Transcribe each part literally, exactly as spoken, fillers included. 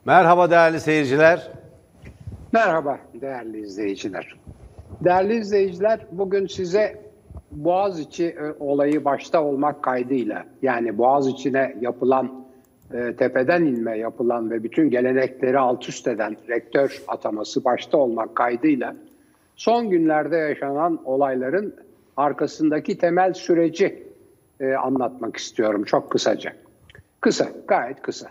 Merhaba değerli seyirciler. Merhaba değerli izleyiciler. Değerli izleyiciler, bugün size Boğaziçi olayı başta olmak kaydıyla, yani Boğaziçi'ne yapılan, e, tepeden inme yapılan ve bütün gelenekleri alt üst eden rektör ataması başta olmak kaydıyla son günlerde yaşanan olayların arkasındaki temel süreci e, anlatmak istiyorum çok kısaca. Kısa, gayet kısa.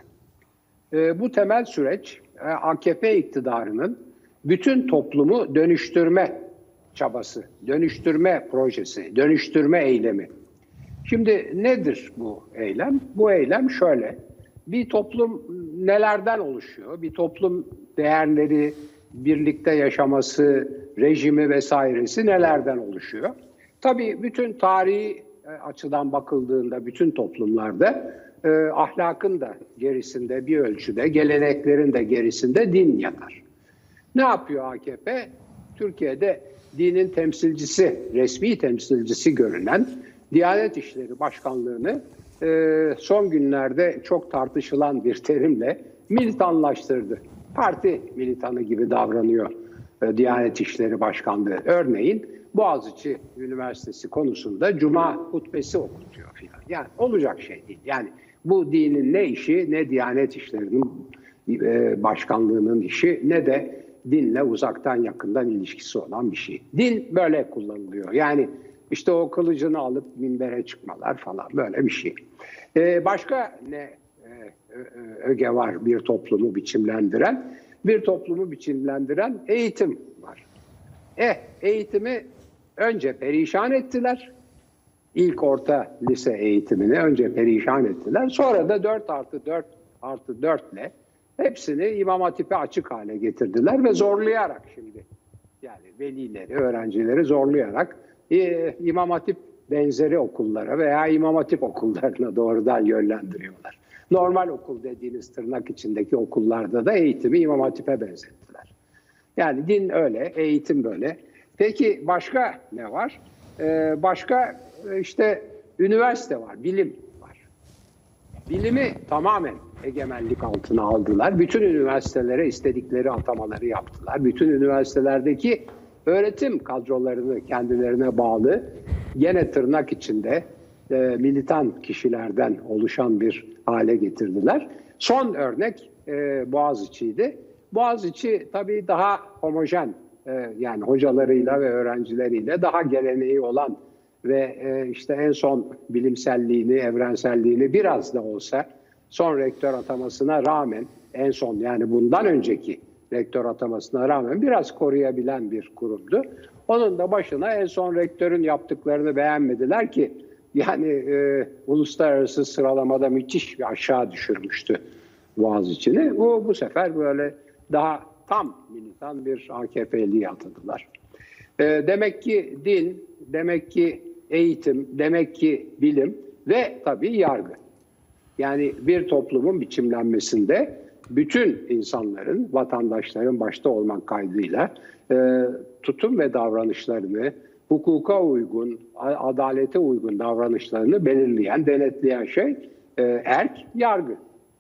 E, bu temel süreç e, A K P iktidarının bütün toplumu dönüştürme çabası, dönüştürme projesi, dönüştürme eylemi. Şimdi nedir bu eylem? Bu eylem şöyle, bir toplum nelerden oluşuyor? Bir toplum değerleri, birlikte yaşaması, rejimi vesairesi nelerden oluşuyor? Tabii bütün tarihi açıdan bakıldığında bütün toplumlarda e, ahlakın da gerisinde bir ölçüde, geleneklerin de gerisinde din yatar. Ne yapıyor A K P? Türkiye'de dinin temsilcisi, resmi temsilcisi görünen Diyanet İşleri Başkanlığı'nı e, son günlerde çok tartışılan bir terimle militanlaştırdı. Parti militanı gibi davranıyor e, Diyanet İşleri Başkanlığı. Örneğin Boğaziçi Üniversitesi konusunda Cuma hutbesi okutuyor filan. Yani olacak şey değil. Yani bu dinin ne işi, ne Diyanet İşleri'nin e, başkanlığının işi, ne de dinle uzaktan yakından ilişkisi olan bir şey. Din böyle kullanılıyor. Yani işte o kılıcını alıp minbere çıkmalar falan, böyle bir şey. Ee, başka ne e, öge var bir toplumu biçimlendiren? Bir toplumu biçimlendiren eğitim var. Eh, eğitimi önce perişan ettiler. İlk orta lise eğitimini önce perişan ettiler. Sonra da dört artı dört artı dört ile hepsini İmam Hatip'e açık hale getirdiler ve zorlayarak şimdi, yani velileri, öğrencileri zorlayarak e, İmam Hatip benzeri okullara veya İmam Hatip okullarına doğrudan yönlendiriyorlar. Normal okul dediğiniz tırnak içindeki okullarda da eğitimi İmam Hatip'e benzettiler. Yani din öyle, eğitim böyle. Peki başka ne var? Ee, başka işte üniversite var, bilim var. Bilimi tamamen egemenlik altına aldılar. Bütün üniversitelere istedikleri atamaları yaptılar. Bütün üniversitelerdeki öğretim kadrolarını kendilerine bağlı, gene tırnak içinde e, militan kişilerden oluşan bir hale getirdiler. Son örnek e, Boğaziçi'ydi. Boğaziçi tabii daha homojen, e, yani hocalarıyla ve öğrencileriyle daha geleneği olan ve e, işte en son bilimselliğini, evrenselliğini biraz da olsa son rektör atamasına rağmen, en son yani bundan önceki rektör atamasına rağmen biraz koruyabilen bir kurumdu. Onun da başına en son rektörün yaptıklarını beğenmediler ki yani e, uluslararası sıralamada müthiş bir aşağı düşürmüştü Boğaziçi'ni. Bu, bu sefer böyle daha tam militan bir A K P'liyi atadılar. E, demek ki din, demek ki eğitim, demek ki bilim ve tabii yargı. Yani bir toplumun biçimlenmesinde bütün insanların, vatandaşların başta olmak kaydıyla e, tutum ve davranışlarını, hukuka uygun, adalete uygun davranışlarını belirleyen, denetleyen şey e, erk, yargı.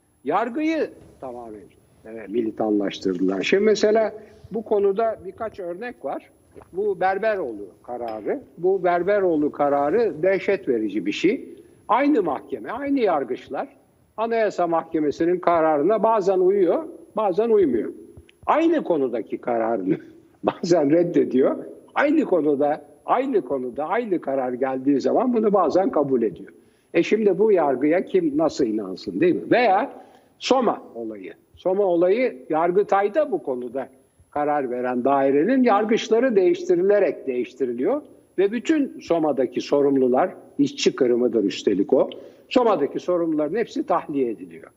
Yargıyı tamamen e, militanlaştırdılar. Şimdi mesela bu konuda birkaç örnek var. Bu Berberoğlu kararı, bu Berberoğlu kararı dehşet verici bir şey. Aynı mahkeme, aynı yargıçlar Anayasa Mahkemesi'nin kararına bazen uyuyor, bazen uymuyor. Aynı konudaki kararını bazen reddediyor. Aynı konuda, aynı konuda aynı karar geldiği zaman bunu bazen kabul ediyor. E şimdi bu yargıya kim nasıl inansın, değil mi? Veya Soma olayı. Soma olayı Yargıtay'da bu konuda karar veren dairenin yargıçları değiştirilerek değiştiriliyor ve bütün Soma'daki sorumlular, işçi kırımıdır üstelik o, Soma'daki sorumluların hepsi tahliye ediliyor.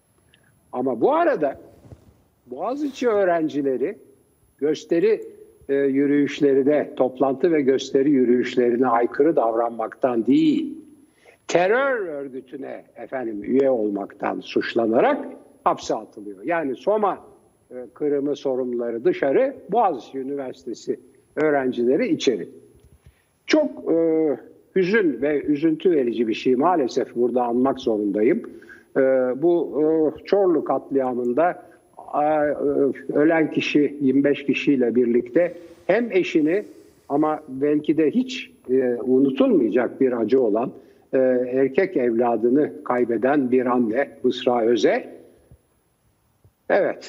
Ama bu arada Boğaziçi öğrencileri gösteri e, yürüyüşlerine, toplantı ve gösteri yürüyüşlerine aykırı davranmaktan değil, terör örgütüne efendim üye olmaktan suçlanarak hapse atılıyor. Yani Soma e, kırımı sorumluları dışarı, Boğaziçi Üniversitesi öğrencileri içeri. Çok e, hüzün ve üzüntü verici bir şey maalesef burada anmak zorundayım. E, bu e, Çorlu katliamında ölen kişi yirmi beş kişiyle birlikte hem eşini ama belki de hiç e, unutulmayacak bir acı olan e, erkek evladını kaybeden bir anne Mısra Öze. Evet,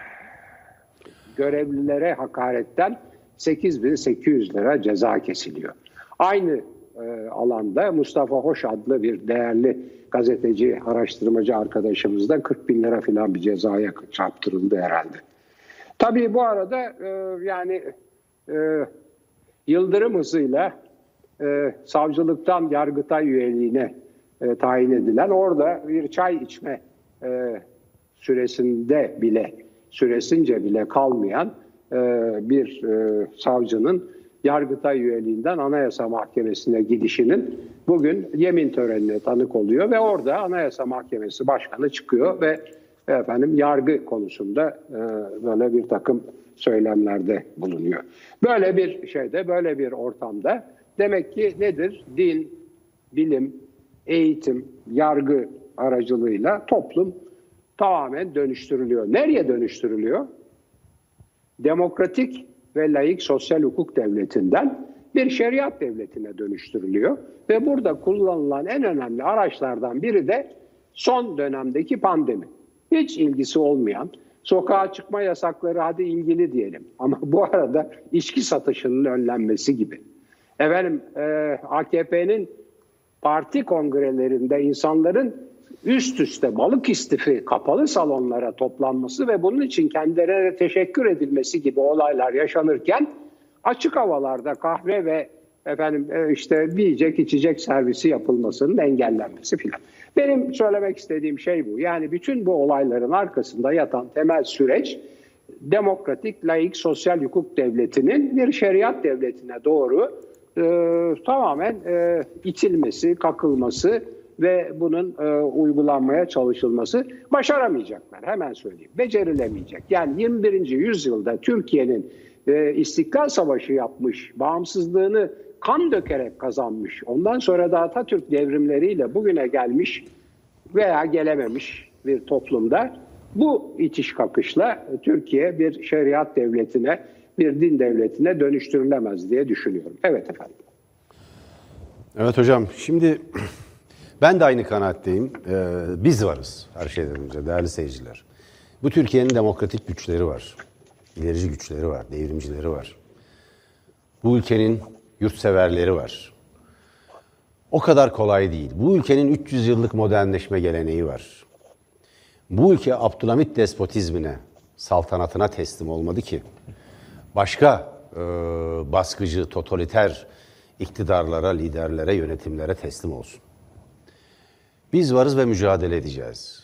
görevlilere hakaretten sekiz bin sekiz yüz lira ceza kesiliyor. Aynı e, alanda Mustafa Hoş adlı bir değerli gazeteci, araştırmacı arkadaşımız da kırk bin lira falan bir cezaya çarptırıldı herhalde. Tabii bu arada e, yani e, yıldırım hızıyla e, savcılıktan Yargıtay üyeliğine e, tayin edilen, orada bir çay içme e, süresinde bile, süresince bile kalmayan e, bir e, savcının Yargıtay üyeliğinden Anayasa Mahkemesi'ne gidişinin bugün yemin törenine tanık oluyor ve orada Anayasa Mahkemesi Başkanı çıkıyor ve efendim yargı konusunda e, böyle bir takım söylemlerde bulunuyor. Böyle bir şeyde, böyle bir ortamda demek ki nedir? Din, bilim, eğitim, yargı aracılığıyla toplum tamamen dönüştürülüyor. Nereye dönüştürülüyor? Demokratik ve laik sosyal hukuk devletinden bir şeriat devletine dönüştürülüyor. Ve burada kullanılan en önemli araçlardan biri de son dönemdeki pandemi. Hiç ilgisi olmayan, sokağa çıkma yasakları hadi ilgili diyelim. Ama bu arada içki satışının önlenmesi gibi. Efendim e, A K P'nin parti kongrelerinde insanların üst üste balık istifi kapalı salonlara toplanması ve bunun için kendilerine teşekkür edilmesi gibi olaylar yaşanırken açık havalarda kahve ve efendim işte yiyecek içecek servisi yapılmasının engellenmesi filan. Benim söylemek istediğim şey bu. Yani bütün bu olayların arkasında yatan temel süreç demokratik, laik, sosyal hukuk devletinin bir şeriat devletine doğru e, tamamen e, itilmesi, kakılması ve bunun e, uygulanmaya çalışılması. Başaramayacaklar, hemen söyleyeyim. Becerilemeyecek. Yani yirmi birinci yüzyılda Türkiye'nin e, İstiklal Savaşı yapmış, bağımsızlığını kan dökerek kazanmış, ondan sonra da Atatürk devrimleriyle bugüne gelmiş veya gelememiş bir toplumda bu itiş kakışla Türkiye bir şeriat devletine, bir din devletine dönüştürülemez diye düşünüyorum. Evet efendim. Evet hocam, şimdi ben de aynı kanaatteyim. Ee, biz varız her şeyden önce değerli seyirciler. Bu Türkiye'nin demokratik güçleri var, ilerici güçleri var, devrimcileri var. Bu ülkenin yurtseverleri var. O kadar kolay değil. Bu ülkenin üç yüz yıllık modernleşme geleneği var. Bu ülke Abdülhamit despotizmine, saltanatına teslim olmadı ki başka e, baskıcı, totaliter iktidarlara, liderlere, yönetimlere teslim olsun. Biz varız ve mücadele edeceğiz.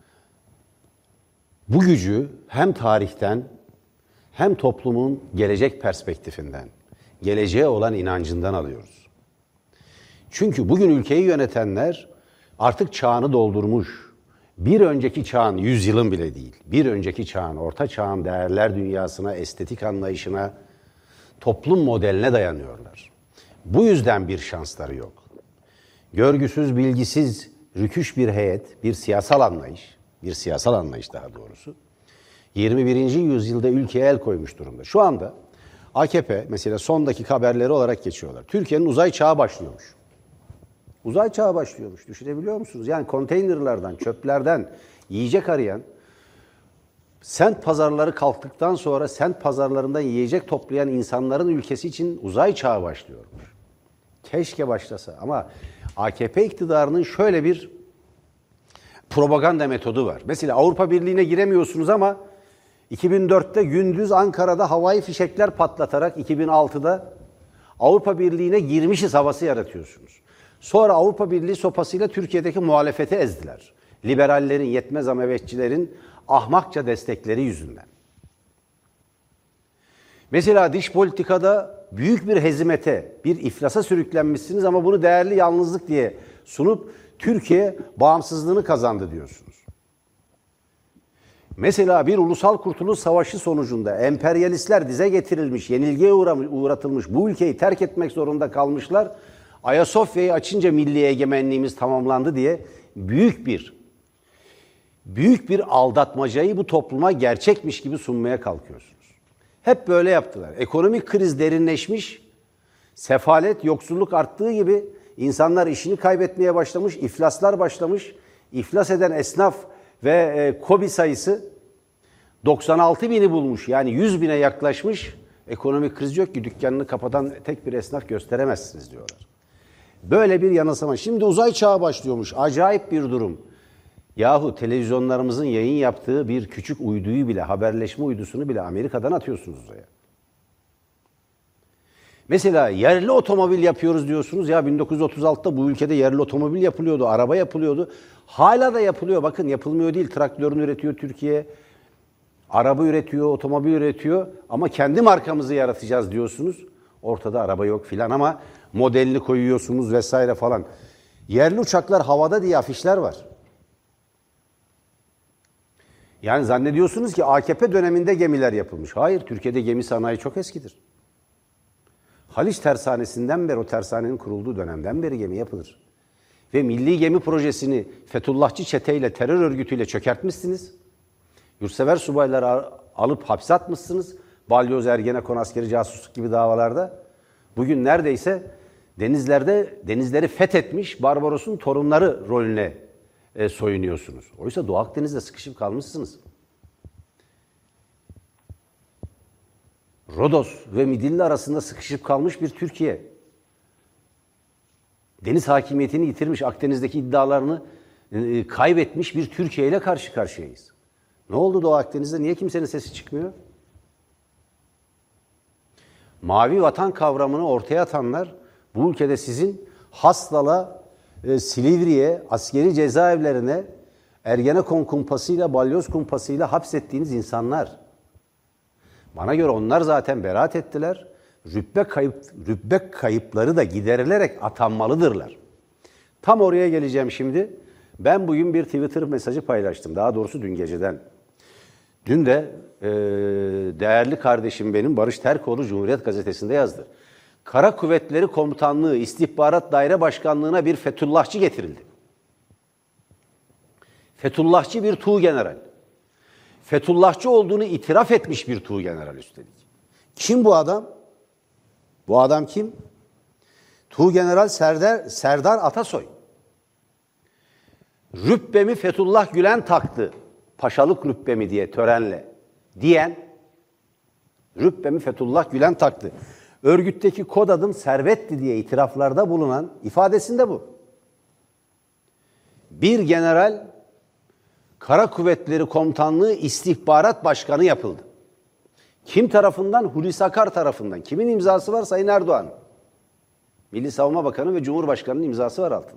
Bu gücü hem tarihten hem toplumun gelecek perspektifinden, geleceğe olan inancından alıyoruz. Çünkü bugün ülkeyi yönetenler artık çağını doldurmuş. Bir önceki çağın, yüzyılın bile değil, bir önceki çağın, orta çağın değerler dünyasına, estetik anlayışına, toplum modeline dayanıyorlar. Bu yüzden bir şansları yok. Görgüsüz, bilgisiz, rüküş bir heyet, bir siyasal anlayış, bir siyasal anlayış daha doğrusu, yirmi birinci yüzyılda ülkeye el koymuş durumda. Şu anda A K P mesela son dakika haberleri olarak geçiyorlar. Türkiye'nin uzay çağı başlıyormuş. Uzay çağı başlıyormuş. Düşünebiliyor musunuz? Yani konteynerlardan, çöplerden yiyecek arayan, sent pazarları kalktıktan sonra sent pazarlarından yiyecek toplayan insanların ülkesi için uzay çağı başlıyormuş. Keşke başlasa ama A K P iktidarının şöyle bir propaganda metodu var. Mesela Avrupa Birliği'ne giremiyorsunuz ama iki bin dörtte gündüz Ankara'da havai fişekler patlatarak iki bin altıda Avrupa Birliği'ne girmişiz havası yaratıyorsunuz. Sonra Avrupa Birliği sopasıyla Türkiye'deki muhalefeti ezdiler. Liberallerin, yetmez amevetçilerin ahmakça destekleri yüzünden. Mesela dış politikada büyük bir hezimete, bir iflasa sürüklenmişsiniz ama bunu değerli yalnızlık diye sunup Türkiye bağımsızlığını kazandı diyorsunuz. Mesela bir ulusal kurtuluş savaşı sonucunda emperyalistler dize getirilmiş, yenilgiye uğratılmış, bu ülkeyi terk etmek zorunda kalmışlar. Ayasofya'yı açınca milli egemenliğimiz tamamlandı diye büyük bir büyük bir aldatmacayı bu topluma gerçekmiş gibi sunmaya kalkıyorsunuz. Hep böyle yaptılar. Ekonomik kriz derinleşmiş, sefalet, yoksulluk arttığı gibi insanlar işini kaybetmeye başlamış, iflaslar başlamış. İflas eden esnaf ve e, KOBİ sayısı doksan altı bini bulmuş. Yani yüz bine yaklaşmış. Ekonomik kriz yok ki dükkanını kapatan tek bir esnaf gösteremezsiniz diyorlar. Böyle bir yanılsama. Şimdi uzay çağı başlıyormuş. Acayip bir durum. Yahu televizyonlarımızın yayın yaptığı bir küçük uyduyu bile, haberleşme uydusunu bile Amerika'dan atıyorsunuz uzaya. Mesela yerli otomobil yapıyoruz diyorsunuz. Ya bin dokuz yüz otuz altıda bu ülkede yerli otomobil yapılıyordu, araba yapılıyordu. Hala da yapılıyor. Bakın yapılmıyor değil. Traktörünü üretiyor Türkiye. Araba üretiyor, otomobil üretiyor. Ama kendi markamızı yaratacağız diyorsunuz. Ortada araba yok filan ama modelini koyuyorsunuz vesaire falan. Yerli uçaklar havada diye afişler var. Yani zannediyorsunuz ki A K P döneminde gemiler yapılmış. Hayır, Türkiye'de gemi sanayi çok eskidir. Haliç Tersanesi'nden beri, o tersanenin kurulduğu dönemden beri gemi yapılır. Ve Milli Gemi Projesi'ni Fethullahçı çeteyle, terör örgütüyle çökertmişsiniz. Yurtsever subayları alıp hapse atmışsınız. Balyoz, Ergenekon, askeri casusluk gibi davalarda. Bugün neredeyse denizlerde denizleri fethetmiş Barbaros'un torunları rolüne e, soyunuyorsunuz. Oysa Doğu Akdeniz'de sıkışıp kalmışsınız. Rodos ve Midilli arasında sıkışıp kalmış bir Türkiye. Deniz hakimiyetini yitirmiş, Akdeniz'deki iddialarını e, kaybetmiş bir Türkiye ile karşı karşıyayız. Ne oldu Doğu Akdeniz'de? Niye kimsenin sesi çıkmıyor? Mavi vatan kavramını ortaya atanlar bu ülkede sizin Hastal'a, e, Silivri'ye, askeri cezaevlerine Ergenekon kumpasıyla, balyoz kumpasıyla hapsettiğiniz insanlar. Bana göre onlar zaten beraat ettiler. Rütbe, kayıp, rütbe kayıpları da giderilerek atanmalıdırlar. Tam oraya geleceğim şimdi. Ben bugün bir Twitter mesajı paylaştım. Daha doğrusu dün geceden. Dün de e, değerli kardeşim benim Barış Terkoğlu Cumhuriyet Gazetesi'nde yazdı. Kara Kuvvetleri Komutanlığı İstihbarat Daire Başkanlığı'na bir Fethullahçı getirildi. Fethullahçı bir tuğgeneral. Fethullahçı olduğunu itiraf etmiş bir tuğgeneral üstelik. Kim bu adam? Bu adam kim? Tuğgeneral Serdar, Serdar Atasoy. Rütbemi Fethullah Gülen taktı. Paşalık rütbemi diye törenle diyen rütbemi Fethullah Gülen taktı. Örgütteki kod adım Servet'ti diye itiraflarda bulunan ifadesinde bu. Bir general Kara Kuvvetleri Komutanlığı İstihbarat Başkanı yapıldı. Kim tarafından? Hulusi Akar tarafından. Kimin imzası var? Sayın Erdoğan. Milli Savunma Bakanı ve Cumhurbaşkanı'nın imzası var altında.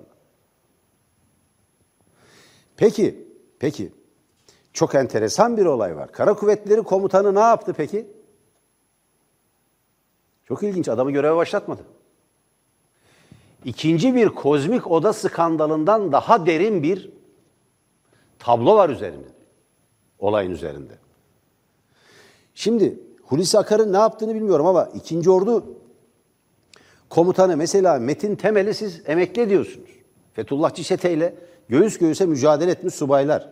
Peki, peki. Çok enteresan bir olay var. Kara Kuvvetleri Komutanı ne yaptı peki? Çok ilginç. Adamı göreve başlatmadı. İkinci bir kozmik oda skandalından daha derin bir tablo var üzerinde. Olayın üzerinde. Şimdi Hulusi Akar'ın ne yaptığını bilmiyorum ama ikinci Ordu Komutanı mesela Metin Temel'i siz emekli ediyorsunuz. Fethullahçı çeteyle göğüs göğüse mücadele etmiş subaylar.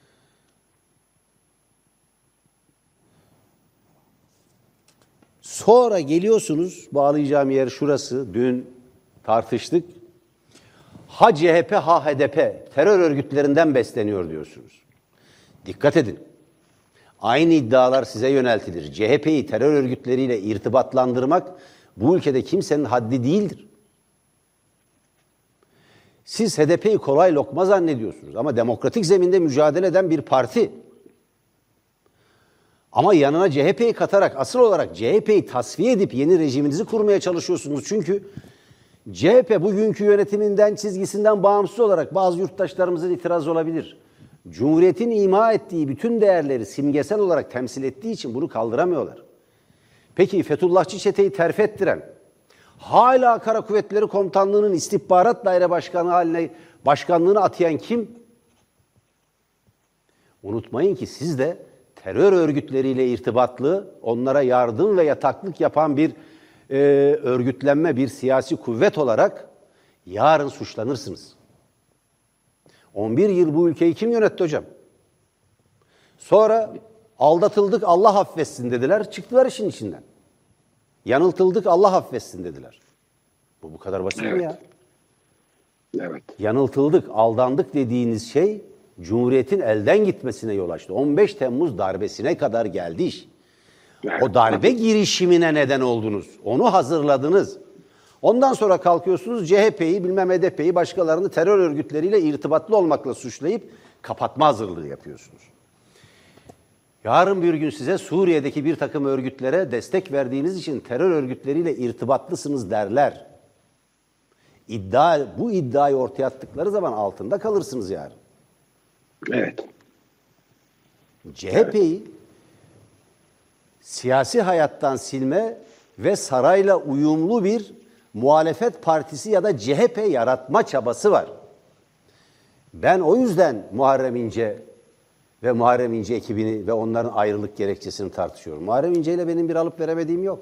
Sonra geliyorsunuz, bağlayacağım yer şurası, dün tartıştık. Ha C H P ha H D P terör örgütlerinden besleniyor diyorsunuz. Dikkat edin. Aynı iddialar size yöneltilir. C H P'yi terör örgütleriyle irtibatlandırmak bu ülkede kimsenin haddi değildir. Siz H D P'yi kolay lokma zannediyorsunuz ama demokratik zeminde mücadele eden bir parti. Ama yanına C H P'yi katarak asıl olarak C H P'yi tasfiye edip yeni rejiminizi kurmaya çalışıyorsunuz. Çünkü C H P bugünkü yönetiminden, çizgisinden bağımsız olarak bazı yurttaşlarımızın itirazı olabilir. Cumhuriyetin ima ettiği bütün değerleri simgesel olarak temsil ettiği için bunu kaldıramıyorlar. Peki Fethullahçı çeteyi terfi ettiren, hala Kara Kuvvetleri Komutanlığı'nın istihbarat daire başkanı haline başkanlığını atayan kim? Unutmayın ki siz de terör örgütleriyle irtibatlı, onlara yardım ve yataklık yapan bir e, örgütlenme, bir siyasi kuvvet olarak yarın suçlanırsınız. on bir yıl bu ülkeyi kim yönetti hocam? Sonra aldatıldık Allah affetsin dediler. Çıktılar işin içinden. Yanıltıldık Allah affetsin dediler. Bu bu kadar basit Evet. mi ya? Evet. Yanıltıldık, aldandık dediğiniz şey Cumhuriyet'in elden gitmesine yol açtı. on beş Temmuz darbesine kadar geldi iş. Evet. O darbe girişimine neden oldunuz. Onu hazırladınız. Ondan sonra kalkıyorsunuz C H P'yi, bilmem H D P'yi, başkalarını terör örgütleriyle irtibatlı olmakla suçlayıp kapatma hazırlığı yapıyorsunuz. Yarın bir gün size Suriye'deki bir takım örgütlere destek verdiğiniz için terör örgütleriyle irtibatlısınız derler. İddia, bu iddiayı ortaya attıkları zaman altında kalırsınız yarın. Evet. C H P'yi siyasi hayattan silme ve sarayla uyumlu bir muhalefet partisi ya da C H P yaratma çabası var. Ben o yüzden Muharrem İnce ve Muharrem İnce ekibini ve onların ayrılık gerekçesini tartışıyorum. Muharrem İnce ile benim bir alıp veremediğim yok.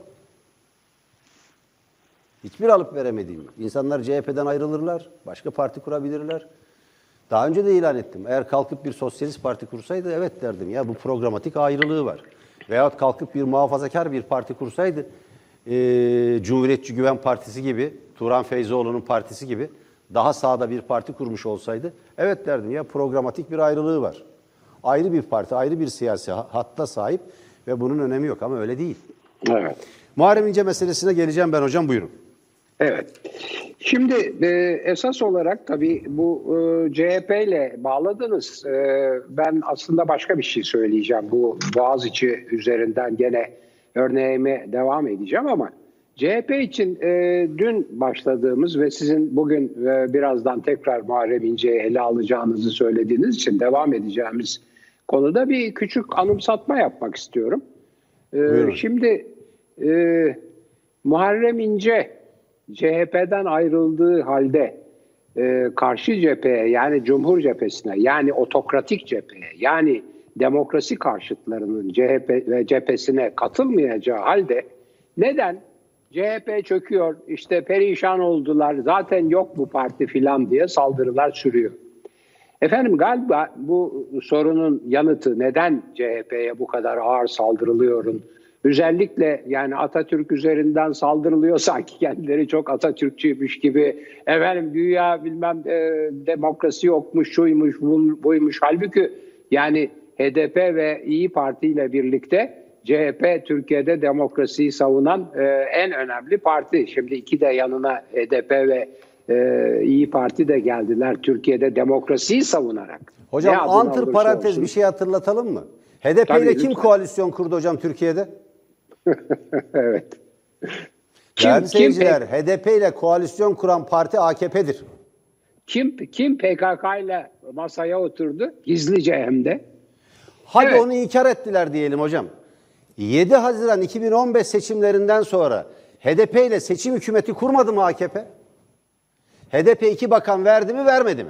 Hiçbir alıp veremediğim yok. İnsanlar C H P'den ayrılırlar, başka parti kurabilirler. Daha önce de ilan ettim. Eğer kalkıp bir sosyalist parti kursaydı evet derdim ya bu programatik ayrılığı var. Veyahut kalkıp bir muhafazakar bir parti kursaydı e, Cumhuriyetçi Güven Partisi gibi, Turan Feyzoğlu'nun partisi gibi daha sağda bir parti kurmuş olsaydı evet derdim ya programatik bir ayrılığı var. Ayrı bir parti, ayrı bir siyasi hatta sahip ve bunun önemi yok ama öyle değil. Evet. Muharrem İnce meselesine geleceğim ben hocam, buyurun. Evet. Şimdi e, esas olarak tabii bu e, C H P ile bağladınız. E, ben aslında başka bir şey söyleyeceğim. Bu Boğaziçi üzerinden gene örneğime devam edeceğim ama C H P için e, dün başladığımız ve sizin bugün e, birazdan tekrar Muharrem İnce'yi ele alacağınızı söylediğiniz için devam edeceğimiz konuda bir küçük anımsatma yapmak istiyorum. E, şimdi e, Muharrem İnce C H P'den ayrıldığı halde e, karşı cepheye yani Cumhur cephesine yani otokratik cepheye yani demokrasi karşıtlarının C H P ve cephesine katılmayacağı halde neden C H P çöküyor işte perişan oldular zaten yok bu parti filan diye saldırılar sürüyor. Efendim galiba bu sorunun yanıtı neden C H P'ye bu kadar ağır saldırılıyorun? Özellikle yani Atatürk üzerinden saldırılıyor sanki kendileri çok Atatürkçüymüş gibi. Efendim güya bilmem e, demokrasi yokmuş, şuymuş, buymuş. Halbuki yani H D P ve İyi Parti ile birlikte C H P Türkiye'de demokrasiyi savunan e, en önemli parti. Şimdi iki de yanına H D P ve e, İyi Parti de geldiler Türkiye'de demokrasiyi savunarak. Hocam antır parantez olsun. Bir şey hatırlatalım mı? H D P Tabii, ile kim lütfen. Koalisyon kurdu hocam Türkiye'de? Evet. Değerli seyirciler, H D P ile koalisyon kuran parti A K P'dir. Kim kim P K K ile masaya oturdu? Gizlice hem de. Hadi evet. Onu inkar ettiler diyelim hocam. yedi Haziran iki bin on beş seçimlerinden sonra H D P ile seçim hükümeti kurmadı mı A K P? H D P iki bakan verdi mi, vermedi mi?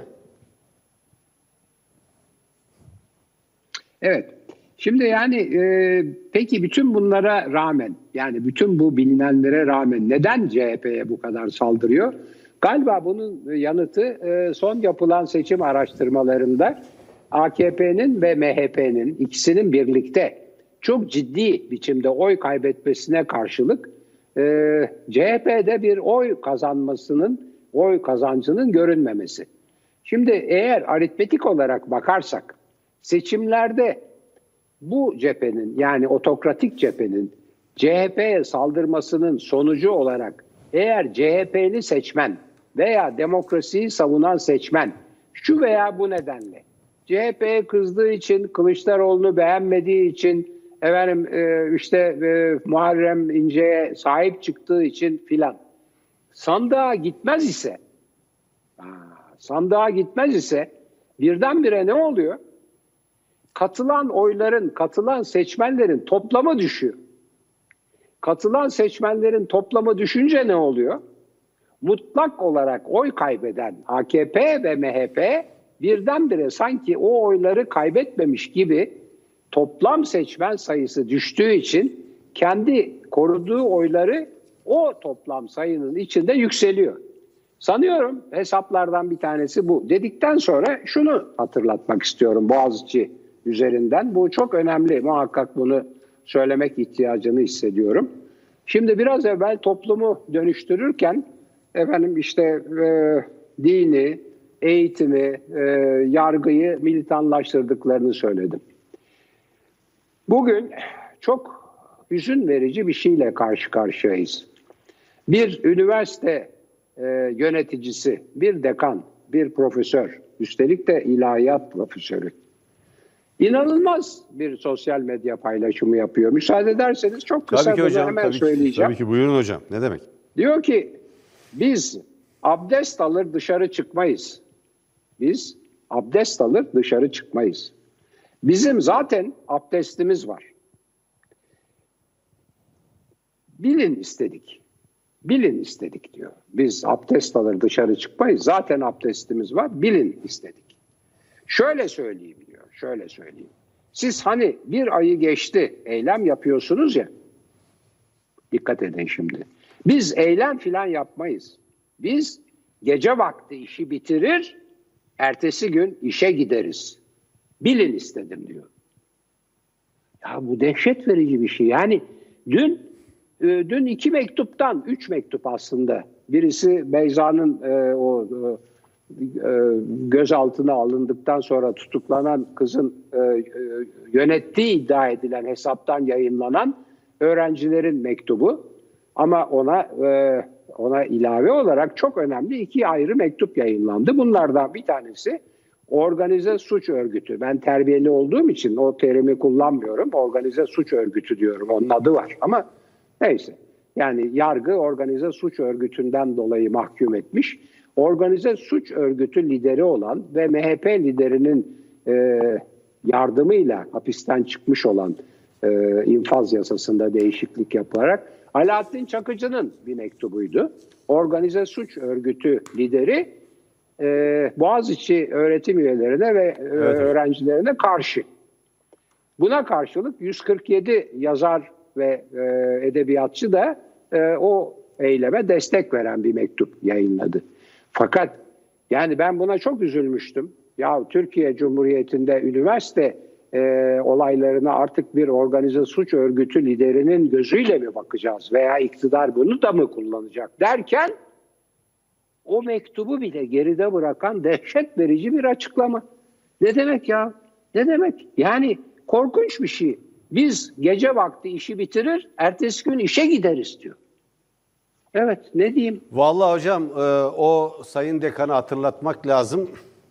Evet. Şimdi yani e, peki bütün bunlara rağmen yani bütün bu bilinenlere rağmen neden C H P'ye bu kadar saldırıyor? Galiba bunun yanıtı e, son yapılan seçim araştırmalarında A K P'nin ve M H P'nin ikisinin birlikte çok ciddi biçimde oy kaybetmesine karşılık e, C H P'de bir oy kazanmasının, oy kazancının görünmemesi. Şimdi eğer aritmetik olarak bakarsak seçimlerde bu cephenin yani otokratik cephenin C H P'ye saldırmasının sonucu olarak eğer C H P'li seçmen veya demokrasiyi savunan seçmen şu veya bu nedenle C H P'ye kızdığı için, Kılıçdaroğlu'nu beğenmediği için, efendim e, işte e, Muharrem İnce'ye sahip çıktığı için filan sandığa gitmez ise aa, sandığa gitmez ise birdenbire ne oluyor? Katılan oyların, katılan seçmenlerin toplamı düşüyor. Katılan seçmenlerin toplamı düşünce ne oluyor? Mutlak olarak oy kaybeden A K P ve M H P birdenbire sanki o oyları kaybetmemiş gibi toplam seçmen sayısı düştüğü için kendi koruduğu oyları o toplam sayının içinde yükseliyor. Sanıyorum hesaplardan bir tanesi bu. Dedikten sonra şunu hatırlatmak istiyorum Boğaziçi üzerinden. Bu çok önemli. Muhakkak bunu söylemek ihtiyacını hissediyorum. Şimdi biraz evvel toplumu dönüştürürken efendim işte e, dini, eğitimi, e, yargıyı militanlaştırdıklarını söyledim. Bugün çok hüzün verici bir şeyle karşı karşıyayız. Bir üniversite e, yöneticisi, bir dekan, bir profesör, üstelik de ilahiyat profesörü, İnanılmaz bir sosyal medya paylaşımı yapıyor. Müsaade ederseniz çok kısa tabii ki bunu hocam, hemen tabii söyleyeceğim. Ki, tabii ki buyurun hocam. Ne demek? Diyor ki biz abdest alır dışarı çıkmayız. Biz abdest alır dışarı çıkmayız. Bizim zaten abdestimiz var. Bilin istedik. Bilin istedik diyor. Biz abdest alır dışarı çıkmayız. Zaten abdestimiz var. Bilin istedik. Şöyle söyleyeyim diyor. Şöyle söyleyeyim. Siz hani bir ayı geçti eylem yapıyorsunuz ya. Dikkat edin şimdi. Biz eylem filan yapmayız. Biz gece vakti işi bitirir, ertesi gün işe gideriz. Bilin istedim diyor. Ya bu dehşet verici bir şey. Yani dün e, dün iki mektuptan, üç mektup aslında. Birisi Beyza'nın e, o e, gözaltına alındıktan sonra tutuklanan kızın e, e, yönettiği iddia edilen hesaptan yayınlanan öğrencilerin mektubu. Ama ona e, ona ilave olarak çok önemli iki ayrı mektup yayınlandı. Bunlardan bir tanesi organize suç örgütü. Ben terbiyeli olduğum için o terimi kullanmıyorum. Organize suç örgütü diyorum. Onun adı var. Ama neyse. Yani yargı organize suç örgütünden dolayı mahkum etmiş. Organize suç örgütü lideri olan ve M H P liderinin e, yardımıyla hapisten çıkmış olan e, infaz yasasında değişiklik yaparak Alaaddin Çakıcı'nın bir mektubuydu. Organize suç örgütü lideri e, Boğaziçi öğretim üyelerine ve e, evet. öğrencilerine karşı. Buna karşılık yüz kırk yedi yazar ve e, edebiyatçı da e, o eyleme destek veren bir mektup yayınladı. Fakat yani ben buna çok üzülmüştüm. Ya Türkiye Cumhuriyeti'nde üniversite e, olaylarına artık bir organize suç örgütü liderinin gözüyle mi bakacağız veya iktidar bunu da mı kullanacak derken o mektubu bile geride bırakan dehşet verici bir açıklama. Ne demek ya? Ne demek? Yani korkunç bir şey. Biz gece vakti işi bitirir, ertesi gün işe gideriz diyor. Evet, ne diyeyim? Vallahi hocam e, o sayın dekanı hatırlatmak lazım.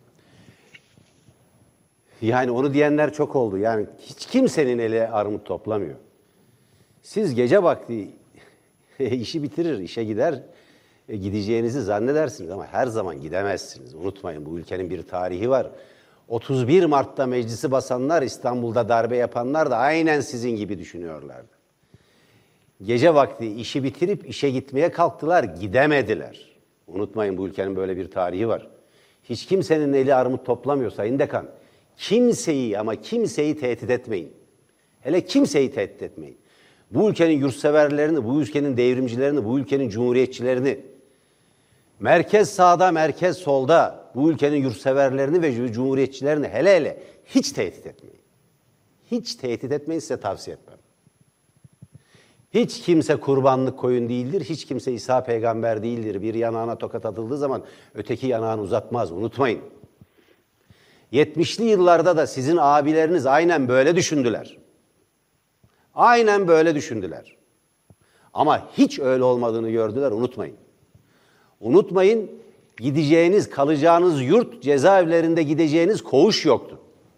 Yani onu diyenler çok oldu. Yani hiç kimsenin eli armut toplamıyor. Siz gece vakti işi bitirir, işe gider, e, gideceğinizi zannedersiniz ama her zaman gidemezsiniz. Unutmayın, bu ülkenin bir tarihi var. otuz bir Mart'ta meclisi basanlar, İstanbul'da darbe yapanlar da aynen sizin gibi düşünüyorlardı. Gece vakti işi bitirip işe gitmeye kalktılar, gidemediler. Unutmayın, bu ülkenin böyle bir tarihi var. Hiç kimsenin eli armut toplamıyor Sayın Dekan. Kimseyi ama kimseyi tehdit etmeyin. Hele kimseyi tehdit etmeyin. Bu ülkenin yurtseverlerini, bu ülkenin devrimcilerini, bu ülkenin cumhuriyetçilerini, merkez sağda, merkez solda bu ülkenin yurtseverlerini ve cumhuriyetçilerini hele hele hiç tehdit etmeyin. Hiç tehdit etmeyin, size tavsiye etmem. Hiç kimse kurbanlık koyun değildir, hiç kimse İsa peygamber değildir. Bir yanağına tokat atıldığı zaman öteki yanağını uzatmaz, unutmayın. yetmişli yıllarda da sizin abileriniz aynen böyle düşündüler. Aynen böyle düşündüler. Ama hiç öyle olmadığını gördüler, unutmayın. Unutmayın, gideceğiniz, kalacağınız yurt, cezaevlerinde gideceğiniz koğuş yoktu.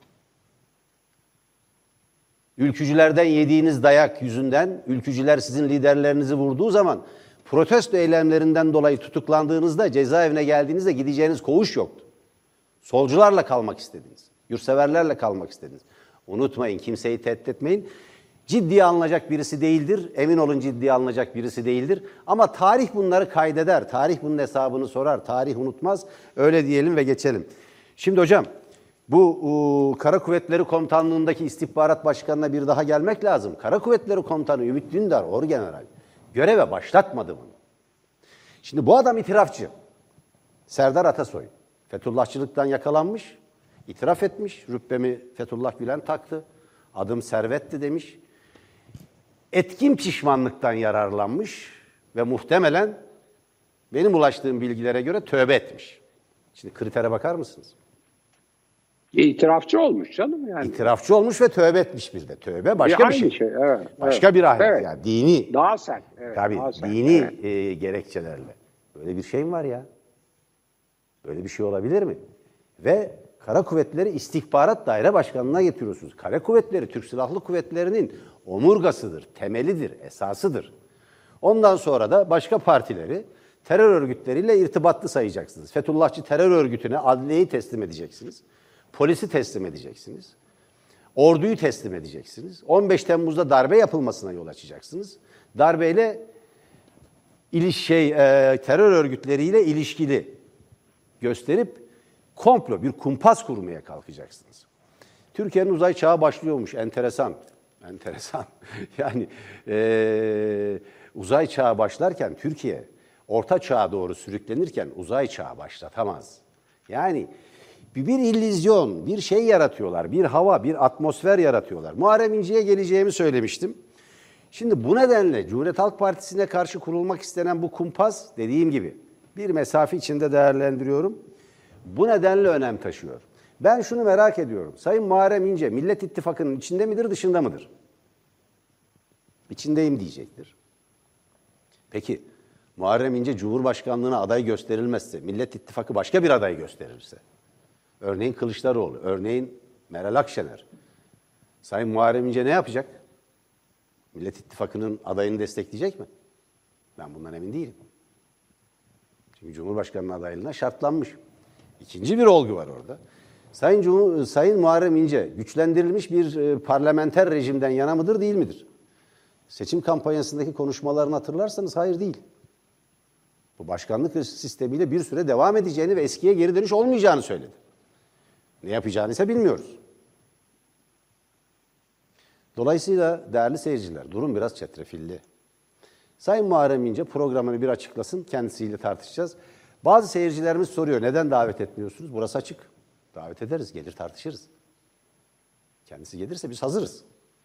Ülkücülerden yediğiniz dayak yüzünden, ülkücüler sizin liderlerinizi vurduğu zaman, protesto eylemlerinden dolayı tutuklandığınızda, cezaevine geldiğinizde gideceğiniz koğuş yoktu. Solcularla kalmak istediniz, yurtseverlerle kalmak istediniz. Unutmayın, kimseyi tehdit etmeyin. Ciddiye alınacak birisi değildir, emin olun ciddiye alınacak birisi değildir. Ama tarih bunları kaydeder, tarih bunun hesabını sorar, tarih unutmaz. Öyle diyelim ve geçelim. Şimdi hocam, bu uh, Kara Kuvvetleri Komutanlığı'ndaki istihbarat başkanına bir daha gelmek lazım. Kara Kuvvetleri Komutanı Ümit Dündar, Orgeneral, göreve başlatmadı bunu. Şimdi bu adam itirafçı. Serdar Atasoy, Fethullahçılıktan yakalanmış, İtiraf etmiş. Rütbemi Fethullah Gülen taktı. Adım Servet'ti demiş. Etkin pişmanlıktan yararlanmış ve muhtemelen benim ulaştığım bilgilere göre tövbe etmiş. Şimdi kritere bakar mısınız? İtirafçı olmuş canım yani. İtirafçı olmuş ve tövbe etmiş bir de. Tövbe başka Ya bir şey. şey. Evet, başka evet. bir ahlak Evet. yani dini. Daha sert. Evet, Tabii daha sert. dini Evet. e, gerekçelerle. Böyle bir şey mi var ya? Böyle bir şey olabilir mi? Ve Kara Kuvvetleri İstihbarat Daire Başkanlığı'na getiriyorsunuz. Kara Kuvvetleri Türk Silahlı Kuvvetleri'nin omurgasıdır, temelidir, esasıdır. Ondan sonra da başka partileri terör örgütleriyle irtibatlı sayacaksınız. Fethullahçı terör örgütüne adliyeyi teslim edeceksiniz. Polisi teslim edeceksiniz. Orduyu teslim edeceksiniz. on beş Temmuz'da darbe yapılmasına yol açacaksınız. Darbeyle iliş şey e, terör örgütleriyle ilişkili gösterip komplo, bir kumpas kurmaya kalkacaksınız. Türkiye'nin uzay çağı başlıyormuş. Enteresan. Enteresan. Yani e, uzay çağı başlarken Türkiye orta çağa doğru sürüklenirken uzay çağı başlatamaz. Yani bir illüzyon, bir şey yaratıyorlar. Bir hava, bir atmosfer yaratıyorlar. Muharrem İnce'ye geleceğimi söylemiştim. Şimdi bu nedenle Cumhuriyet Halk Partisi'ne karşı kurulmak istenen bu kumpas dediğim gibi bir mesafe içinde değerlendiriyorum. Bu nedenle önem taşıyor. Ben şunu merak ediyorum. Sayın Muharrem İnce Millet İttifakı'nın içinde midir, dışında mıdır? İçindeyim diyecektir. Peki Muharrem İnce Cumhurbaşkanlığına aday gösterilmezse, Millet İttifakı başka bir aday gösterirse, örneğin Kılıçdaroğlu, örneğin Meral Akşener, Sayın Muharrem İnce ne yapacak? Millet İttifakı'nın adayını destekleyecek mi? Ben bundan emin değilim. Çünkü Cumhurbaşkanlığı adaylığına şartlanmış. İkinci bir olgu var orada. Sayın, Cumhur, Sayın Muharrem İnce güçlendirilmiş bir e, parlamenter rejimden yana mıdır, değil midir? Seçim kampanyasındaki konuşmalarını hatırlarsanız hayır değil. Bu başkanlık sistemiyle bir süre devam edeceğini ve eskiye geri dönüş olmayacağını söyledi. Ne yapacağını ise bilmiyoruz. Dolayısıyla değerli seyirciler, durum biraz çetrefilli. Sayın Muharrem İnce programını bir açıklasın, kendisiyle tartışacağız. Bazı seyircilerimiz soruyor, neden davet etmiyorsunuz? Burası açık. Davet ederiz, gelir tartışırız. Kendisi gelirse biz hazırız.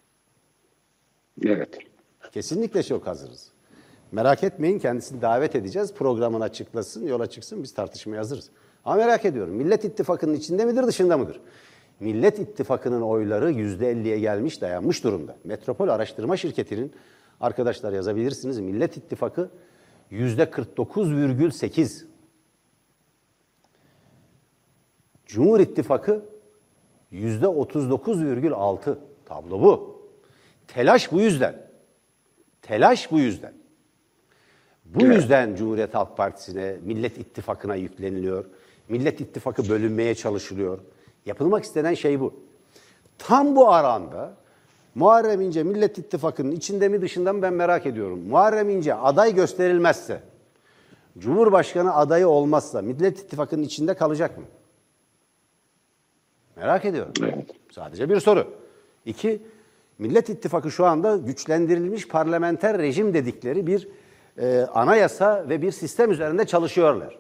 Evet. Kesinlikle çok hazırız. Merak etmeyin, kendisini davet edeceğiz. Programını açıklasın, yola çıksın, biz tartışmaya hazırız. Ama merak ediyorum, Millet İttifakı'nın içinde midir, dışında mıdır? Millet İttifakı'nın oyları yüzde elliye gelmiş, dayanmış durumda. Metropol Araştırma Şirketi'nin, arkadaşlar yazabilirsiniz, Millet İttifakı yüzde kırk dokuz virgül sekiz. Cumhur İttifakı yüzde otuz dokuz virgül altı. Tablo bu. Telaş bu yüzden. Telaş bu yüzden. Bu yüzden Cumhuriyet Halk Partisi'ne, Millet İttifakı'na yükleniliyor. Millet İttifakı bölünmeye çalışılıyor. Yapılmak istenen şey bu. Tam bu aranda Muharrem İnce Millet İttifakı'nın içinde mi dışında mı ben merak ediyorum. Muharrem İnce aday gösterilmezse, Cumhurbaşkanı adayı olmazsa Millet İttifakı'nın içinde kalacak mı? Merak ediyorum. Evet. Sadece bir soru. İki, Millet İttifakı şu anda güçlendirilmiş parlamenter rejim dedikleri bir e, anayasa ve bir sistem üzerinde çalışıyorlar.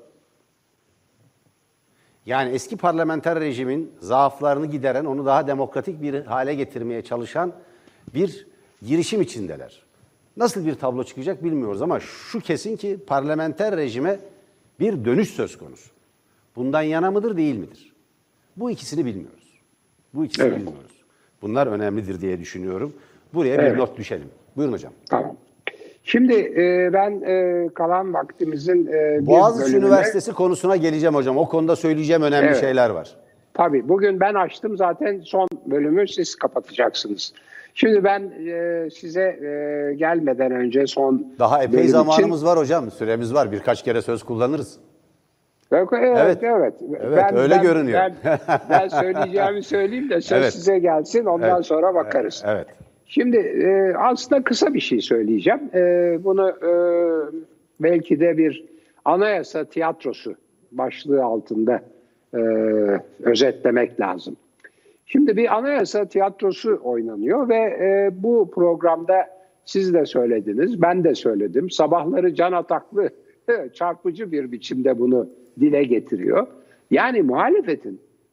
Yani eski parlamenter rejimin zaaflarını gideren, onu daha demokratik bir hale getirmeye çalışan bir girişim içindeler. Nasıl bir tablo çıkacak bilmiyoruz ama şu kesin ki parlamenter rejime bir dönüş söz konusu. Bundan yana mıdır, değil midir? Bu ikisini bilmiyoruz. Bu ikisini Evet. bilmiyoruz. Bunlar önemlidir diye düşünüyorum. Buraya Evet. bir not düşelim. Buyurun hocam. Tamam. Şimdi e, ben e, kalan vaktimizin e, bir Boğaziçi bölümüne... Üniversitesi konusuna geleceğim hocam. O konuda söyleyeceğim önemli Evet. şeyler var. Tabii bugün ben açtım, zaten son bölümü siz kapatacaksınız. Şimdi ben e, size e, gelmeden önce son Daha epey bölüm zamanımız için... var hocam. Süremiz var. Birkaç kere söz kullanırız. Evet, evet, Evet. evet. Evet, öyle görünüyor. Ben, ben söyleyeceğimi söyleyeyim de söz Evet. size gelsin, ondan Evet. sonra bakarız. Evet. Şimdi e, aslında kısa bir şey söyleyeceğim. E, bunu e, belki de bir anayasa tiyatrosu başlığı altında e, özetlemek lazım. Şimdi bir anayasa tiyatrosu oynanıyor ve e, bu programda siz de söylediniz, ben de söyledim. Sabahları Can Ataklı çarpıcı bir biçimde bunu dile getiriyor. Yani muhalefetin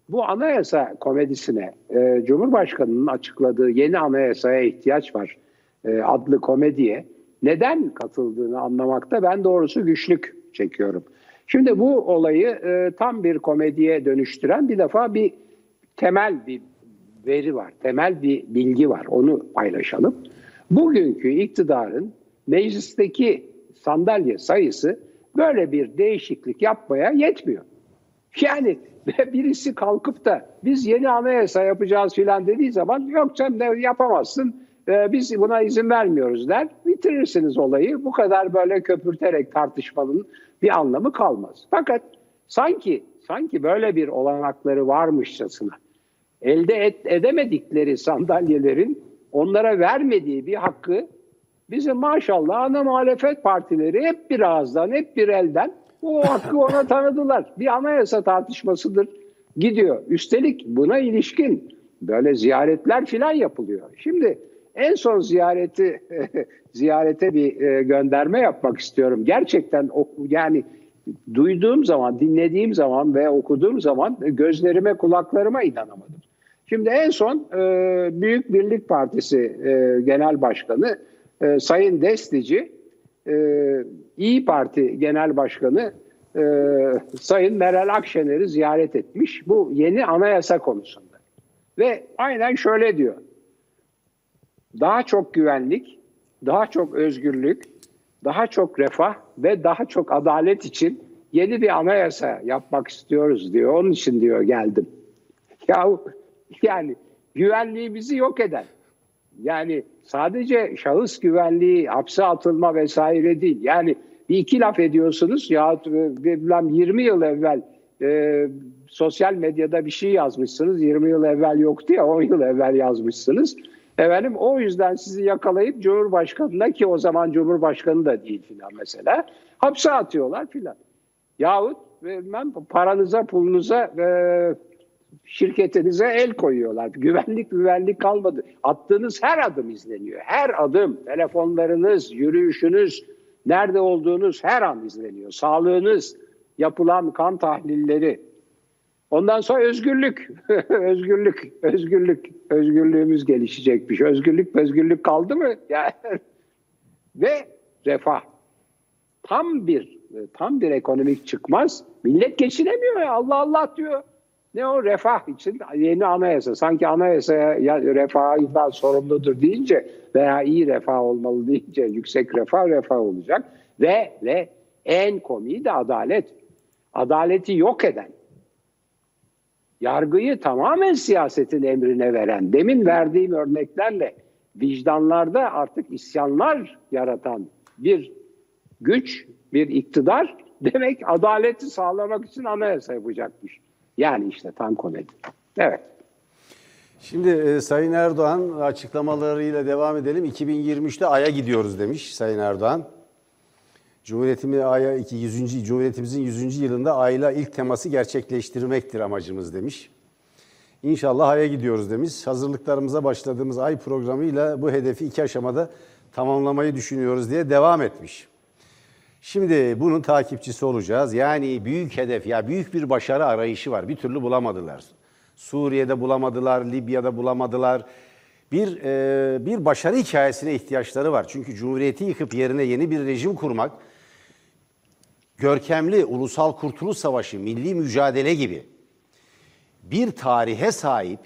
bu anayasa komedisine e, Cumhurbaşkanı'nın açıkladığı yeni anayasaya ihtiyaç var e, adlı komediye neden katıldığını anlamakta ben doğrusu güçlük çekiyorum. Şimdi bu olayı e, tam bir komediye dönüştüren bir defa bir temel bir veri var, temel bir bilgi var. Onu paylaşalım. Bugünkü iktidarın meclisteki sandalye sayısı böyle bir değişiklik yapmaya yetmiyor. Yani birisi kalkıp da biz yeni anayasa yapacağız filan dediği zaman yok sen de yapamazsın, ee, biz buna izin vermiyoruz der. Bitirirsiniz olayı. Bu kadar böyle köpürterek tartışmanın bir anlamı kalmaz. Fakat sanki sanki böyle bir olanakları varmışçasına elde et, edemedikleri sandalyelerin onlara vermediği bir hakkı bizim maşallah ana muhalefet partileri hep bir ağızdan, hep bir elden o hakkı ona tanıdılar. Bir anayasa tartışmasıdır gidiyor. Üstelik buna ilişkin böyle ziyaretler filan yapılıyor. Şimdi en son ziyareti ziyarete bir gönderme yapmak istiyorum. Gerçekten yani duyduğum zaman, dinlediğim zaman ve okuduğum zaman gözlerime, kulaklarıma inanamadım. Şimdi en son Büyük Birlik Partisi Genel Başkanı Sayın Destici, İyi Parti Genel Başkanı Sayın Meral Akşener'i ziyaret etmiş bu yeni anayasa konusunda. Ve aynen şöyle diyor. Daha çok güvenlik, daha çok özgürlük, daha çok refah ve daha çok adalet için yeni bir anayasa yapmak istiyoruz diyor. Onun için diyor geldim. Ya yani güvenliğimizi yok eden, yani sadece şahıs güvenliği, hapse atılma vesaire değil. Yani bir iki laf ediyorsunuz ya yirmi yıl evvel e, sosyal medyada bir şey yazmışsınız. yirmi yıl evvel yoktu ya on yıl evvel yazmışsınız. Efendim o yüzden sizi yakalayıp Cumhurbaşkanı'na ki o zaman Cumhurbaşkanı da değil filan mesela hapse atıyorlar filan. Yahut bilmem, paranıza pulunuza e, şirketinize el koyuyorlar. Güvenlik güvenlik kalmadı. Attığınız her adım izleniyor. Her adım, telefonlarınız, yürüyüşünüz, nerede olduğunuz her an izleniyor. Sağlığınız, yapılan kan tahlilleri. Ondan sonra özgürlük, özgürlük, özgürlük, özgürlüğümüz gelişecekmiş. Özgürlük, özgürlük kaldı mı? Yani ve refah. Tam bir, tam bir ekonomik çıkmaz. Millet geçinemiyor ya. Allah Allah diyor. Ne o refah için yeni anayasa. Sanki anayasaya ya, refahından sorumludur deyince veya iyi refah olmalı deyince yüksek refah refah olacak. Ve ve en komiği de adalet. Adaleti yok eden, yargıyı tamamen siyasetin emrine veren, demin verdiğim örneklerle vicdanlarda artık isyanlar yaratan bir güç, bir iktidar demek adaleti sağlamak için anayasa yapacakmış. Yani işte tam komedi. Evet. Şimdi e, Sayın Erdoğan açıklamalarıyla devam edelim. iki bin yirmi üçte Ay'a gidiyoruz demiş Sayın Erdoğan. Cumhuriyetimiz Ay'a yüzüncü Cumhuriyetimizin yüzüncü yılında Ay'la ilk teması gerçekleştirmektir amacımız demiş. İnşallah Ay'a gidiyoruz demiş. Hazırlıklarımıza başladığımız Ay programıyla bu hedefi iki aşamada tamamlamayı düşünüyoruz diye devam etmiş. Şimdi bunun takipçisi olacağız. Yani büyük hedef, ya büyük bir başarı arayışı var. Bir türlü bulamadılar. Suriye'de bulamadılar, Libya'da bulamadılar. Bir e, bir başarı hikayesine ihtiyaçları var. Çünkü Cumhuriyeti yıkıp yerine yeni bir rejim kurmak, görkemli Ulusal Kurtuluş Savaşı, milli mücadele gibi bir tarihe sahip,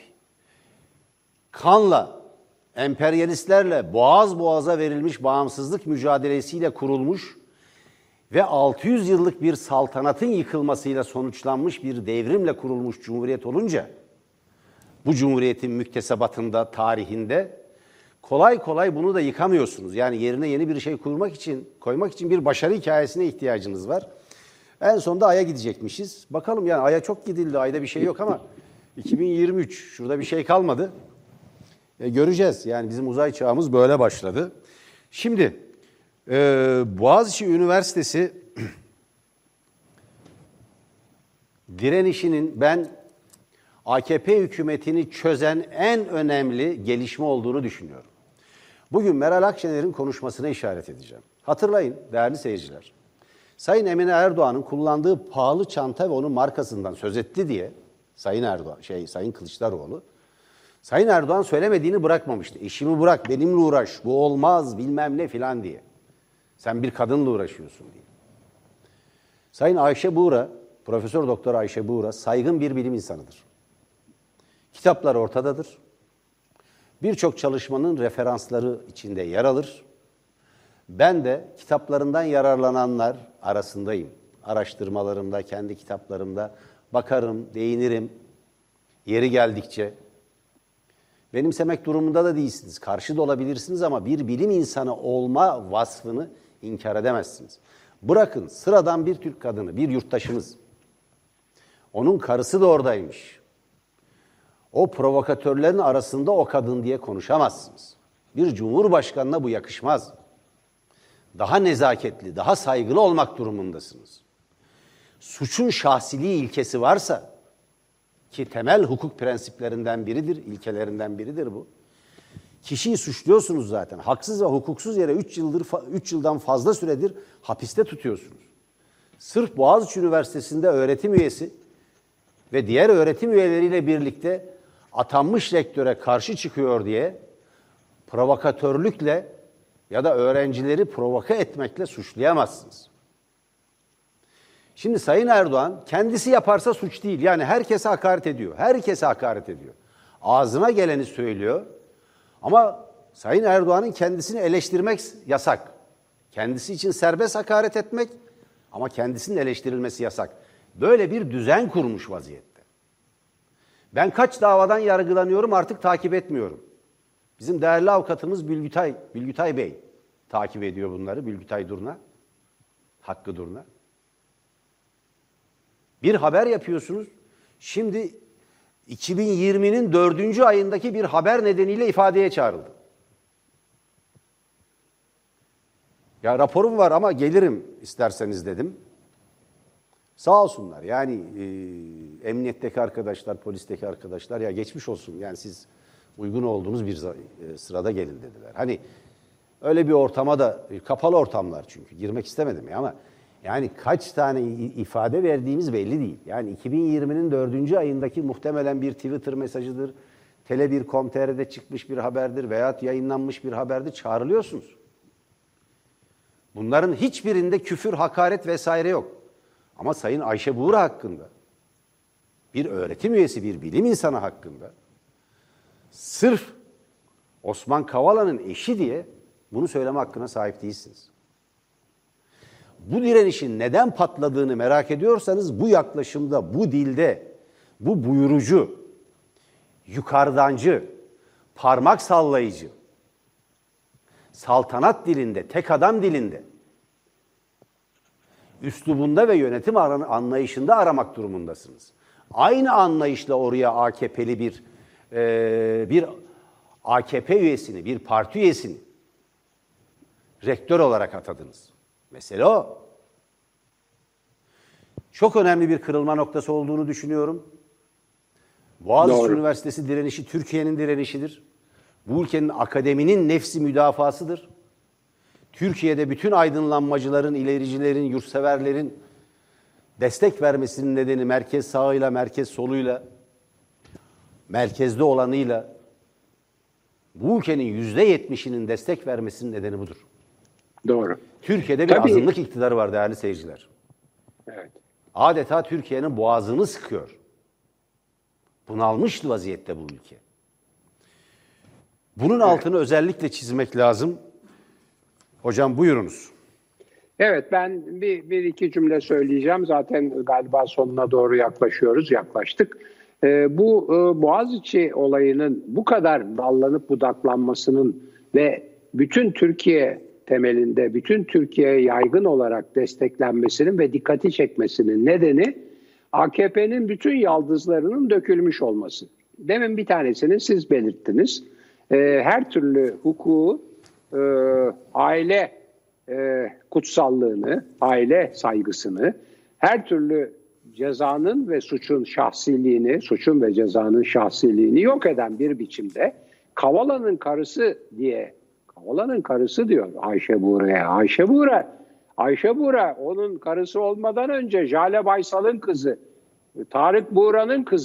kanla, emperyalistlerle boğaz boğaza verilmiş bağımsızlık mücadelesiyle kurulmuş ve altı yüz yıllık bir saltanatın yıkılmasıyla sonuçlanmış bir devrimle kurulmuş cumhuriyet olunca, bu cumhuriyetin müktesebatında, tarihinde kolay kolay bunu da yıkamıyorsunuz. Yani yerine yeni bir şey kurmak için, koymak için bir başarı hikayesine ihtiyacınız var. En sonunda Ay'a gidecekmişiz. Bakalım, yani Ay'a çok gidildi, Ay'da bir şey yok ama iki bin yirmi üç, şurada bir şey kalmadı. E, göreceğiz. Yani bizim uzay çağımız böyle başladı. Şimdi e, Boğaziçi Üniversitesi direnişinin ben A K P hükümetini çözen en önemli gelişme olduğunu düşünüyorum. Bugün Meral Akşener'in konuşmasına işaret edeceğim. Hatırlayın değerli seyirciler. Sayın Emine Erdoğan'ın kullandığı pahalı çanta ve onun markasından söz etti diye Sayın Erdoğan, şey Sayın Kılıçdaroğlu. Sayın Erdoğan söylemediğini bırakmamıştı. Eşimi bırak, benimle uğraş, bu olmaz, bilmem ne filan diye. Sen bir kadınla uğraşıyorsun diye. Sayın Ayşe Buğra, Profesör Doktor Ayşe Buğra saygın bir bilim insanıdır. Kitaplar ortadadır. Birçok çalışmanın referansları içinde yer alır. Ben de kitaplarından yararlananlar arasındayım. Araştırmalarımda, kendi kitaplarımda bakarım, değinirim. Yeri geldikçe. Benimsemek durumunda da değilsiniz. Karşı da olabilirsiniz ama bir bilim insanı olma vasfını inkar edemezsiniz. Bırakın sıradan bir Türk kadını, bir yurttaşımız. Onun karısı da oradaymış. O provokatörlerin arasında o kadın diye konuşamazsınız. Bir cumhurbaşkanına bu yakışmaz. Daha nezaketli, daha saygılı olmak durumundasınız. Suçun şahsiliği ilkesi varsa, ki temel hukuk prensiplerinden biridir, ilkelerinden biridir bu. Kişiyi suçluyorsunuz zaten. Haksız ve hukuksuz yere üç yıldır üç yıldan fazla süredir hapiste tutuyorsunuz. Sırf Boğaziçi Üniversitesi'nde öğretim üyesi ve diğer öğretim üyeleriyle birlikte atanmış rektöre karşı çıkıyor diye provokatörlükle ya da öğrencileri provoke etmekle suçlayamazsınız. Şimdi Sayın Erdoğan kendisi yaparsa suç değil. Yani herkese hakaret ediyor. Herkese hakaret ediyor. Ağzına geleni söylüyor. Ama Sayın Erdoğan'ın kendisini eleştirmek yasak. Kendisi için serbest hakaret etmek ama kendisinin eleştirilmesi yasak. Böyle bir düzen kurmuş vaziyette. Ben kaç davadan yargılanıyorum artık takip etmiyorum. Bizim değerli avukatımız Bilgütay, Bilgütay Bey takip ediyor bunları. Bilgütay Durna, Hakkı Durna. Bir haber yapıyorsunuz. Şimdi iki bin yirminin dördüncü ayındaki bir haber nedeniyle ifadeye çağrıldı. Ya raporum var ama gelirim isterseniz dedim. Sağ olsunlar. Yani e, emniyetteki arkadaşlar, polisteki arkadaşlar ya geçmiş olsun. Yani siz uygun olduğunuz bir e, sırada gelin dediler. Hani öyle bir ortama da kapalı ortamlar çünkü girmek istemedim ya ama yani kaç tane ifade verdiğimiz belli değil. Yani iki bin yirminin dördüncü ayındaki muhtemelen bir Twitter mesajıdır, tele bir nokta com nokta tr'de çıkmış bir haberdir veya yayınlanmış bir haberdir, çağrılıyorsunuz. Bunların hiçbirinde küfür, hakaret vesaire yok. Ama Sayın Ayşe Buğra hakkında, bir öğretim üyesi, bir bilim insanı hakkında sırf Osman Kavala'nın eşi diye bunu söyleme hakkına sahip değilsiniz. Bu direnişin neden patladığını merak ediyorsanız bu yaklaşımda, bu dilde, bu buyurucu, yukarıdancı, parmak sallayıcı, saltanat dilinde, tek adam dilinde, üslubunda ve yönetim anlayışında aramak durumundasınız. Aynı anlayışla oraya A K P'li bir e, bir A K P üyesini, bir parti üyesini rektör olarak atadınız. Mesele o. Çok önemli bir kırılma noktası olduğunu düşünüyorum. Boğaziçi Doğru. Üniversitesi direnişi Türkiye'nin direnişidir. Bu ülkenin akademinin nefsi müdafasıdır. Türkiye'de bütün aydınlanmacıların, ilericilerin, yurtseverlerin destek vermesinin nedeni merkez sağıyla, merkez soluyla, merkezde olanıyla bu ülkenin yüzde yetmişinin destek vermesinin nedeni budur. Doğru. Türkiye'de bir Tabii. azınlık iktidarı var değerli seyirciler. Evet. Adeta Türkiye'nin boğazını sıkıyor. Bunalmış vaziyette bu ülke. Bunun Evet. altını özellikle çizmek lazım. Hocam buyurunuz. Evet, ben bir, bir iki cümle söyleyeceğim. Zaten galiba sonuna doğru yaklaşıyoruz, yaklaştık. Ee, bu e, Boğaziçi olayının bu kadar dallanıp budaklanmasının ve bütün Türkiye temelinde, bütün Türkiye'ye yaygın olarak desteklenmesinin ve dikkati çekmesinin nedeni A K P'nin bütün yaldızlarının dökülmüş olması. Demin bir tanesini siz belirttiniz. Ee, her türlü hukuku, e, aile e, kutsallığını, aile saygısını, her türlü cezanın ve suçun şahsiliğini, suçun ve cezanın şahsiliğini yok eden bir biçimde Kavala'nın karısı diye, Kavala'nın karısı diyor Ayşe Buğra'ya. Ayşe Buğra, Ayşe Buğra onun karısı olmadan önce Jale Baysal'ın kızı, Tarık Buğra'nın kızı.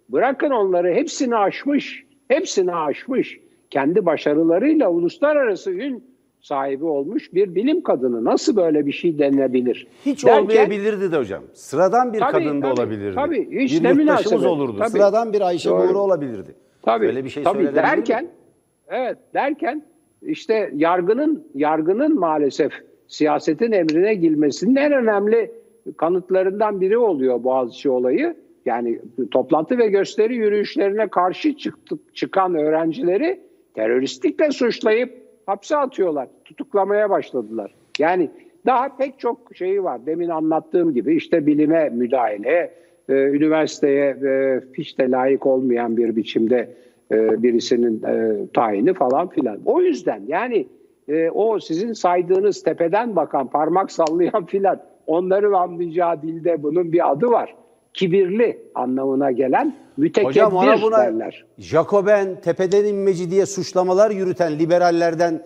Bırakın onları, hepsini aşmış. Hepsini aşmış. Kendi başarılarıyla uluslararası ün sahibi olmuş bir bilim kadını. Nasıl böyle bir şey denilebilir? Hiç Derken, olmayabilirdi de hocam. Sıradan bir tabii, kadın da tabii, olabilirdi. tabii, hiç bir ne yurttaşımız münasebet. olurdu. Tabii. Sıradan bir Ayşe Doğru. Buğra olabilirdi. Tabii, Böyle bir şey tabii söylenebilir derken, mi? evet derken işte yargının yargının maalesef siyasetin emrine girmesinin en önemli kanıtlarından biri oluyor Boğaziçi olayı. Yani toplantı ve gösteri yürüyüşlerine karşı çıktı, çıkan öğrencileri teröristlikle suçlayıp hapse atıyorlar. Tutuklamaya başladılar. Yani daha pek çok şeyi var. Demin anlattığım gibi işte bilime müdahale, e, üniversiteye e, hiç de layık olmayan bir biçimde e, birisinin e, tayini falan filan. O yüzden yani e, o sizin saydığınız tepeden bakan, parmak sallayan filan, onların anlayacağı dilde bunun bir adı var. Kibirli anlamına gelen mütekebbir Hocam ona buna derler. Jacoben, tepeden inmeci diye suçlamalar yürüten liberallerden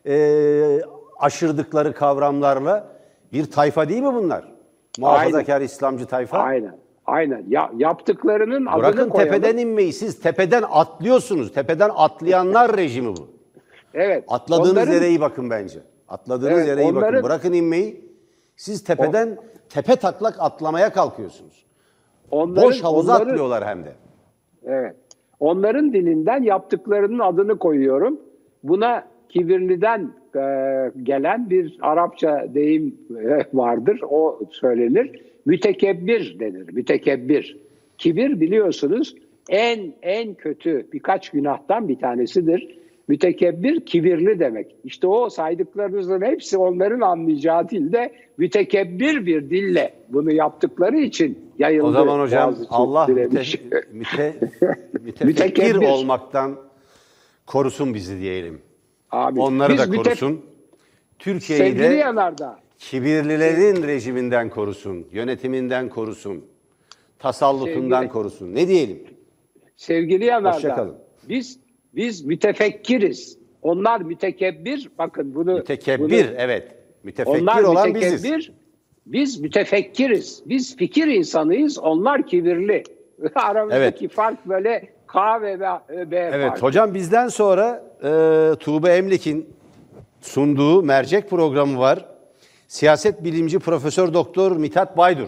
e, aşırdıkları kavramlarla bir tayfa değil mi bunlar? Muhafazakar Aynen. İslamcı tayfa. Aynen. Aynen. Ya, yaptıklarının adını Bırakın koyalım. tepeden inmeyi, siz tepeden atlıyorsunuz. Tepeden atlayanlar rejimi bu. Evet. Atladığınız onların, yere iyi bakın bence. Atladığınız Evet, yere iyi onların- bakın. Bırakın inmeyi. Siz tepeden tepe taklak atlamaya kalkıyorsunuz. onların, Boş havuza onların- atlıyorlar hem de. Evet. Onların dilinden yaptıklarının adını koyuyorum. Buna kibirliden e, gelen bir Arapça deyim e, vardır. O söylenir. Mütekebbir denir. Mütekebbir. Kibir biliyorsunuz en en kötü birkaç günahtan bir tanesidir. Mütekebbir kibirli demek. İşte o saydıklarınızın hepsi onların anlayacağı dilde mütekebbir bir dille bunu yaptıkları için yayıldı. O zaman hocam Boğaziçi Allah müte, direniş. müte, mütefekkir Mütekebbir. olmaktan korusun bizi diyelim. Abi, Onları biz da müte- korusun. Türkiye'yi Sevgili de yanardağ, kibirlilerin rejiminden korusun. Yönetiminden korusun. Tasallutundan Sevgili- korusun. Ne diyelim? sevgili yanardağ, Hoşçakalın. biz biz mütefekkiriz. Onlar mütekebbir. Bakın bunu Mütekebbir, bunu- evet. Mütefekkir onlar olan biziz. mütekebbir. Biz mütefekkiriz. Biz fikir insanıyız. Onlar kibirli. Aramızdaki fark böyle K ve B, B Evet farkı. hocam, bizden sonra e, Tuğba Emlik'in sunduğu mercek programı var. Siyaset bilimci Profesör Doktor Mithat Baydur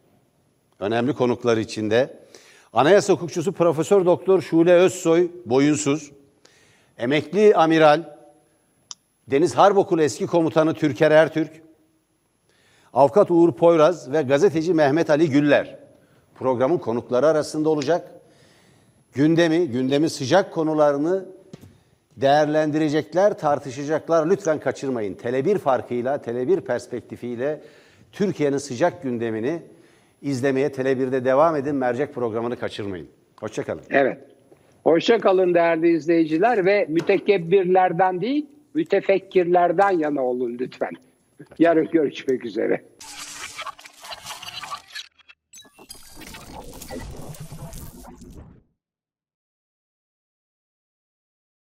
önemli konukları içinde. Anayasa hukukçusu Profesör Doktor Şule Özsoy Boyunsuz. Emekli amiral Deniz Harp Okulu eski komutanı Türker Ertürk. Avukat Uğur Poyraz ve gazeteci Mehmet Ali Güller programın konukları arasında olacak. Gündemi, gündemin sıcak konularını değerlendirecekler, tartışacaklar. Lütfen kaçırmayın. Tele bir farkıyla, Tele bir perspektifiyle Türkiye'nin sıcak gündemini izlemeye Tele birde devam edin. Mercek programını kaçırmayın. Hoşçakalın. Evet. Hoşça kalın değerli izleyiciler ve mütekebbirlerden değil, mütefekkirlerden yana olun lütfen. Yarın görüşmek üzere.